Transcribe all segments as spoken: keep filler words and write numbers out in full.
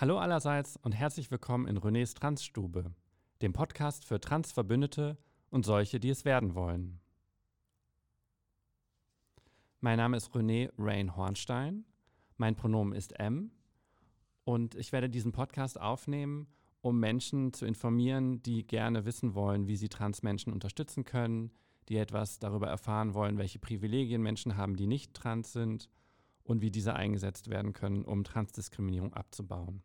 Hallo allerseits und herzlich willkommen in Renés Transstube, dem Podcast für Transverbündete und solche, die es werden wollen. Mein Name ist René Rain Hornstein, mein Pronomen ist M und ich werde diesen Podcast aufnehmen, um Menschen zu informieren, die gerne wissen wollen, wie sie Transmenschen unterstützen können, die etwas darüber erfahren wollen, welche Privilegien Menschen haben, die nicht trans sind und wie diese eingesetzt werden können, um Transdiskriminierung abzubauen.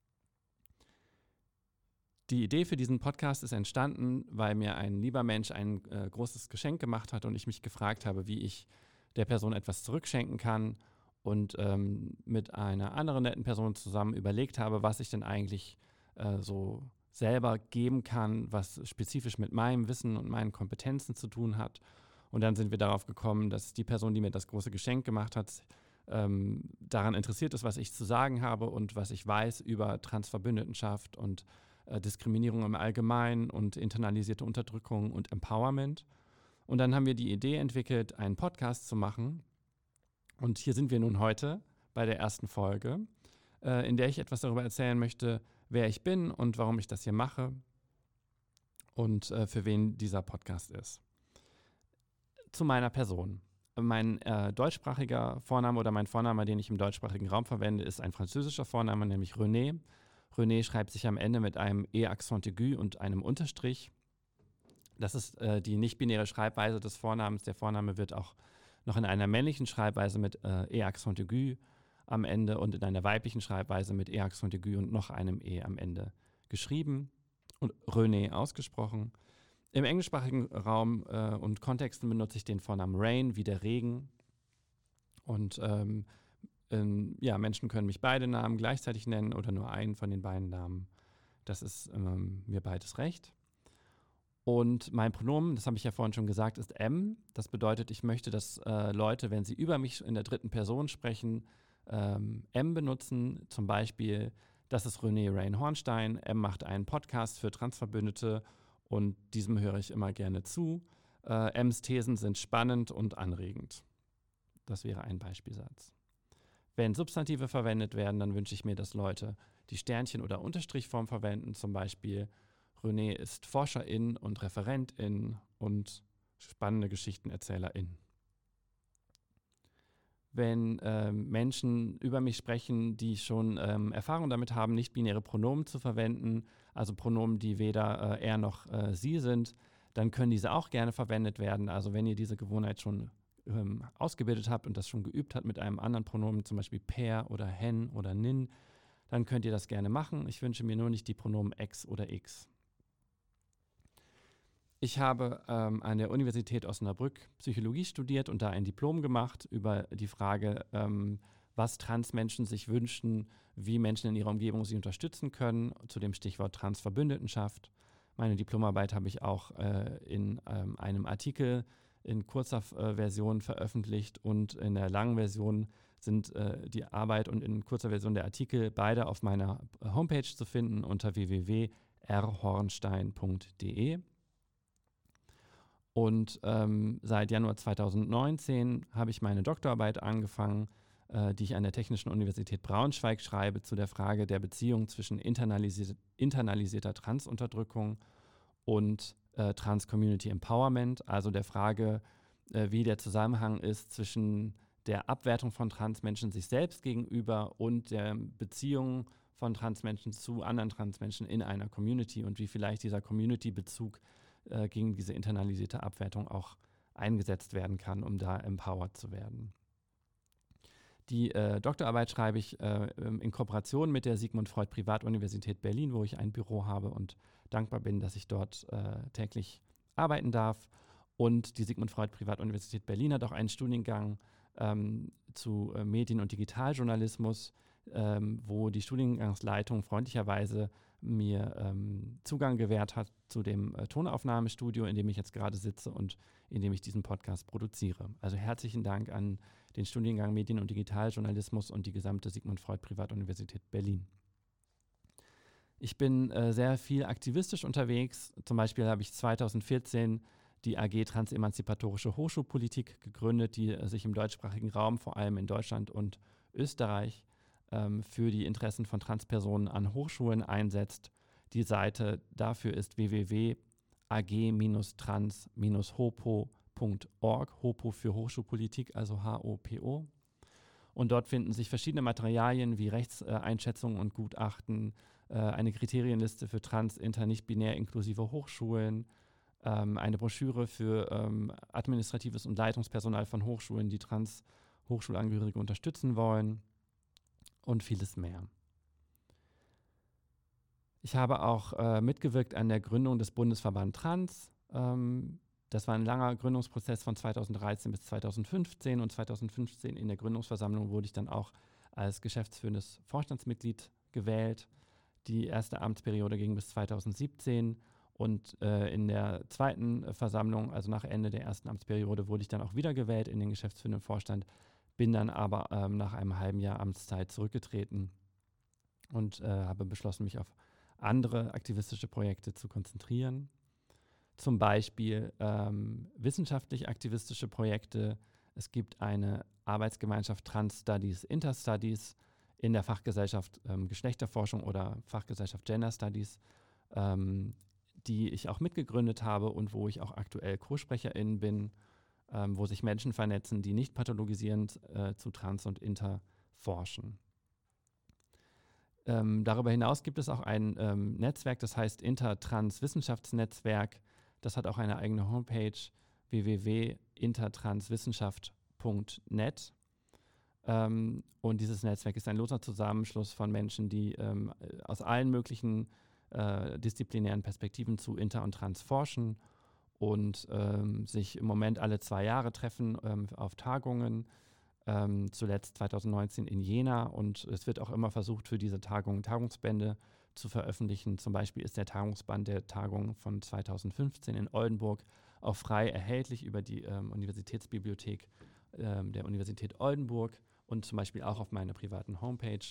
Die Idee für diesen Podcast ist entstanden, weil mir ein lieber Mensch ein äh, großes Geschenk gemacht hat und ich mich gefragt habe, wie ich der Person etwas zurückschenken kann und ähm, mit einer anderen netten Person zusammen überlegt habe, was ich denn eigentlich äh, so selber geben kann, was spezifisch mit meinem Wissen und meinen Kompetenzen zu tun hat. Und dann sind wir darauf gekommen, dass die Person, die mir das große Geschenk gemacht hat, ähm, daran interessiert ist, was ich zu sagen habe und was ich weiß über Transverbündetenschaft und äh, Diskriminierung im Allgemeinen und internalisierte Unterdrückung und Empowerment. Und dann haben wir die Idee entwickelt, einen Podcast zu machen. Und hier sind wir nun heute bei der ersten Folge, äh, in der ich etwas darüber erzählen möchte, wer ich bin und warum ich das hier mache und äh, für wen dieser Podcast ist. Zu meiner Person. Mein äh, deutschsprachiger Vorname oder mein Vorname, den ich im deutschsprachigen Raum verwende, ist ein französischer Vorname, nämlich René. René schreibt sich am Ende mit einem E-Accent aigu und einem Unterstrich. Das ist äh, die nicht-binäre Schreibweise des Vornamens. Der Vorname wird auch noch in einer männlichen Schreibweise mit äh, E-Accent aigu am Ende und in einer weiblichen Schreibweise mit E-Accent aigu und noch einem E am Ende geschrieben und René ausgesprochen. Im englischsprachigen Raum äh, und Kontexten benutze ich den Vornamen Rain wie der Regen. Und ähm, ähm, ja, Menschen können mich beide Namen gleichzeitig nennen oder nur einen von den beiden Namen. Das ist ähm, mir beides recht. Und mein Pronomen, das habe ich ja vorhin schon gesagt, ist M. Das bedeutet, ich möchte, dass äh, Leute, wenn sie über mich in der dritten Person sprechen, ähm, M benutzen. Zum Beispiel, das ist René Rain Hornstein. M macht einen Podcast für Transverbündete und diesem höre ich immer gerne zu. Äh, M's Thesen sind spannend und anregend. Das wäre ein Beispielsatz. Wenn Substantive verwendet werden, dann wünsche ich mir, dass Leute die Sternchen- oder Unterstrichform verwenden. Zum Beispiel René ist Forscherin und Referentin und spannende Geschichtenerzählerin. Wenn ähm, Menschen über mich sprechen, die schon ähm, Erfahrung damit haben, nicht-binäre Pronomen zu verwenden, also Pronomen, die weder äh, er noch äh, sie sind, dann können diese auch gerne verwendet werden. Also wenn ihr diese Gewohnheit schon ähm, ausgebildet habt und das schon geübt habt mit einem anderen Pronomen, zum Beispiel per oder hen oder nin, dann könnt ihr das gerne machen. Ich wünsche mir nur nicht die Pronomen ex oder x. Ich habe ähm, an der Universität Osnabrück Psychologie studiert und da ein Diplom gemacht über die Frage, ähm, was Transmenschen sich wünschen, wie Menschen in ihrer Umgebung sie unterstützen können, zu dem Stichwort Transverbündetenschaft. Meine Diplomarbeit habe ich auch äh, in ähm, einem Artikel in kurzer äh, Version veröffentlicht und in der langen Version sind äh, die Arbeit und in kurzer Version der Artikel beide auf meiner Homepage zu finden unter w w w punkt r hornstein punkt d e. Und ähm, seit Januar zweitausendneunzehn habe ich meine Doktorarbeit angefangen, äh, die ich an der Technischen Universität Braunschweig schreibe, zu der Frage der Beziehung zwischen internalisi- internalisierter Transunterdrückung und äh, Trans-Community Empowerment, also der Frage, äh, wie der Zusammenhang ist zwischen der Abwertung von Transmenschen sich selbst gegenüber und der Beziehung von Transmenschen zu anderen Transmenschen in einer Community und wie vielleicht dieser Community-Bezug äh, gegen diese internalisierte Abwertung auch eingesetzt werden kann, um da empowered zu werden. Die äh, Doktorarbeit schreibe ich äh, in Kooperation mit der Sigmund Freud Privatuniversität Berlin, wo ich ein Büro habe und dankbar bin, dass ich dort äh, täglich arbeiten darf. Und die Sigmund Freud Privatuniversität Berlin hat auch einen Studiengang ähm, zu äh, Medien- und Digitaljournalismus, ähm, wo die Studiengangsleitung freundlicherweise mir ähm, Zugang gewährt hat zu dem äh, Tonaufnahmestudio, in dem ich jetzt gerade sitze und in dem ich diesen Podcast produziere. Also herzlichen Dank an den Studiengang Medien- und Digitaljournalismus und die gesamte Sigmund Freud Privatuniversität Berlin. Ich bin äh, sehr viel aktivistisch unterwegs. Zum Beispiel habe ich zweitausendvierzehn die A G Transemanzipatorische Hochschulpolitik gegründet, die äh, sich im deutschsprachigen Raum, vor allem in Deutschland und Österreich, ähm, für die Interessen von Transpersonen an Hochschulen einsetzt. Die Seite dafür ist w w w punkt a g trans hopo punkt org, Hopo für Hochschulpolitik, also H O P O. Und dort finden sich verschiedene Materialien wie Rechtseinschätzungen und Gutachten, äh, eine Kriterienliste für trans-, inter-, nicht-binär inklusive Hochschulen, ähm, eine Broschüre für ähm, administratives und Leitungspersonal von Hochschulen, die Trans-Hochschulangehörige unterstützen wollen und vieles mehr. Ich habe auch äh, mitgewirkt an der Gründung des Bundesverband Trans. Ähm, das war ein langer Gründungsprozess von zweitausenddreizehn bis zweitausendfünfzehn und zweitausendfünfzehn in der Gründungsversammlung wurde ich dann auch als geschäftsführendes Vorstandsmitglied gewählt. Die erste Amtsperiode ging bis zweitausendsiebzehn und äh, in der zweiten Versammlung, also nach Ende der ersten Amtsperiode, wurde ich dann auch wiedergewählt in den geschäftsführenden Vorstand, bin dann aber ähm, nach einem halben Jahr Amtszeit zurückgetreten und äh, habe beschlossen, mich auf andere aktivistische Projekte zu konzentrieren. Zum Beispiel ähm, wissenschaftlich-aktivistische Projekte. Es gibt eine Arbeitsgemeinschaft Trans Studies, Inter Studies in der Fachgesellschaft ähm, Geschlechterforschung oder Fachgesellschaft Gender Studies, ähm, die ich auch mitgegründet habe und wo ich auch aktuell Co-SprecherIn bin, ähm, wo sich Menschen vernetzen, die nicht pathologisierend äh, zu Trans und Inter forschen. Ähm, darüber hinaus gibt es auch ein ähm, Netzwerk, das heißt Intertrans-Wissenschaftsnetzwerk. Das hat auch eine eigene Homepage, w w w punkt intertranswissenschaft punkt net. Ähm, und dieses Netzwerk ist ein loser Zusammenschluss von Menschen, die ähm, aus allen möglichen äh, disziplinären Perspektiven zu Inter und Trans forschen und ähm, sich im Moment alle zwei Jahre treffen ähm, auf Tagungen. Ähm, zuletzt zweitausendneunzehn in Jena und es wird auch immer versucht, für diese Tagungen Tagungsbände zu veröffentlichen. Zum Beispiel ist der Tagungsband der Tagung von zweitausendfünfzehn in Oldenburg auch frei erhältlich über die ähm, Universitätsbibliothek ähm, der Universität Oldenburg und zum Beispiel auch auf meiner privaten Homepage.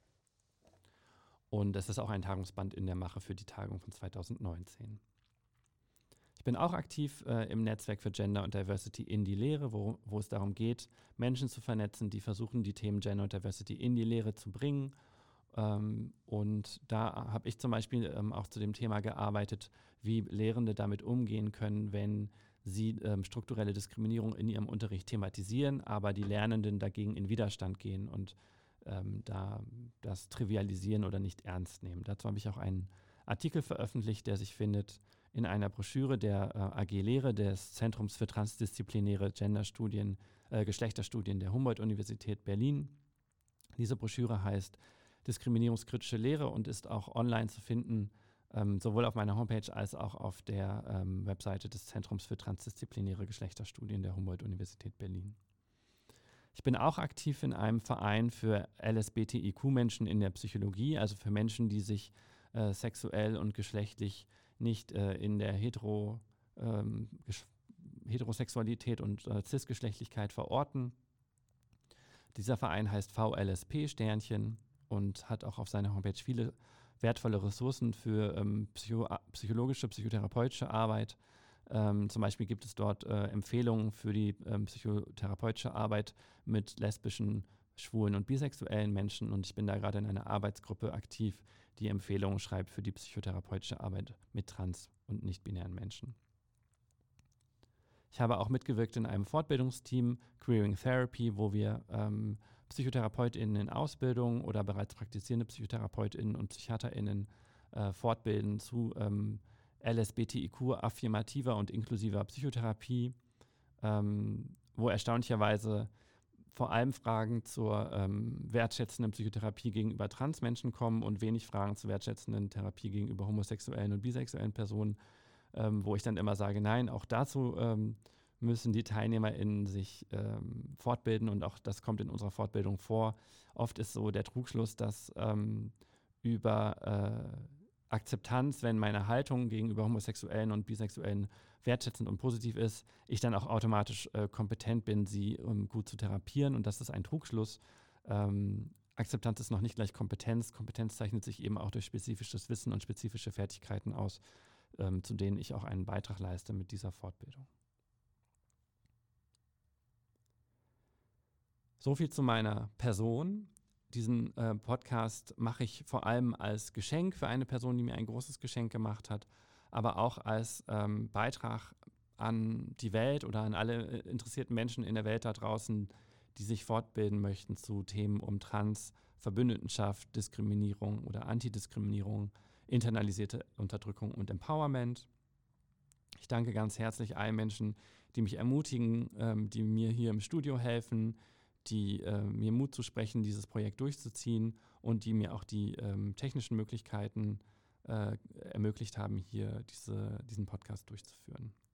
Und es ist auch ein Tagungsband in der Mache für die Tagung von zweitausendneunzehn. Ich bin auch aktiv äh, im Netzwerk für Gender und Diversity in die Lehre, wo, wo es darum geht, Menschen zu vernetzen, die versuchen, die Themen Gender und Diversity in die Lehre zu bringen. Ähm, und da habe ich zum Beispiel ähm, auch zu dem Thema gearbeitet, wie Lehrende damit umgehen können, wenn sie ähm, strukturelle Diskriminierung in ihrem Unterricht thematisieren, aber die Lernenden dagegen in Widerstand gehen und ähm, da das trivialisieren oder nicht ernst nehmen. Dazu habe ich auch einen Artikel veröffentlicht, der sich findet in einer Broschüre der äh, A G Lehre des Zentrums für transdisziplinäre Genderstudien, äh, Geschlechterstudien der Humboldt-Universität Berlin. Diese Broschüre heißt Diskriminierungskritische Lehre und ist auch online zu finden, ähm, sowohl auf meiner Homepage als auch auf der ähm, Webseite des Zentrums für transdisziplinäre Geschlechterstudien der Humboldt-Universität Berlin. Ich bin auch aktiv in einem Verein für L S B T I Q-Menschen in der Psychologie, also für Menschen, die sich äh, sexuell und geschlechtlich nicht äh, in der Hetero, ähm, Heterosexualität und äh, Cisgeschlechtlichkeit verorten. Dieser Verein heißt V L S P Sternchen und hat auch auf seiner Homepage viele wertvolle Ressourcen für ähm, psycho psychologische, psychotherapeutische Arbeit. Ähm, zum Beispiel gibt es dort äh, Empfehlungen für die ähm, psychotherapeutische Arbeit mit lesbischen, schwulen und bisexuellen Menschen und ich bin da gerade in einer Arbeitsgruppe aktiv, die Empfehlungen schreibt für die psychotherapeutische Arbeit mit trans- und nicht-binären Menschen. Ich habe auch mitgewirkt in einem Fortbildungsteam, Queering Therapy, wo wir ähm, PsychotherapeutInnen in Ausbildung oder bereits praktizierende PsychotherapeutInnen und PsychiaterInnen äh, fortbilden zu ähm, L S B T I Q-affirmativer und inklusiver Psychotherapie, ähm, wo erstaunlicherweise vor allem Fragen zur ähm, wertschätzenden Psychotherapie gegenüber Transmenschen kommen und wenig Fragen zur wertschätzenden Therapie gegenüber homosexuellen und bisexuellen Personen, ähm, wo ich dann immer sage, nein, auch dazu ähm, müssen die TeilnehmerInnen sich ähm, fortbilden und auch das kommt in unserer Fortbildung vor. Oft ist so der Trugschluss, dass ähm, über äh, Akzeptanz, wenn meine Haltung gegenüber Homosexuellen und Bisexuellen wertschätzend und positiv ist, ich dann auch automatisch äh, kompetent bin, sie um, gut zu therapieren und das ist ein Trugschluss. Ähm, Akzeptanz ist noch nicht gleich Kompetenz. Kompetenz zeichnet sich eben auch durch spezifisches Wissen und spezifische Fertigkeiten aus, ähm, zu denen ich auch einen Beitrag leiste mit dieser Fortbildung. So viel zu meiner Person. diesen äh, Podcast mache ich vor allem als Geschenk für eine Person, die mir ein großes Geschenk gemacht hat, aber auch als ähm, Beitrag an die Welt oder an alle äh, interessierten Menschen in der Welt da draußen, die sich fortbilden möchten zu Themen um Trans, Verbündetenschaft, Diskriminierung oder Antidiskriminierung, internalisierte Unterdrückung und Empowerment. Ich danke ganz herzlich allen Menschen, die mich ermutigen, ähm, die mir hier im Studio helfen, die äh, mir Mut zu sprechen, dieses Projekt durchzuziehen und die mir auch die ähm, technischen Möglichkeiten äh, ermöglicht haben, hier diese, diesen Podcast durchzuführen.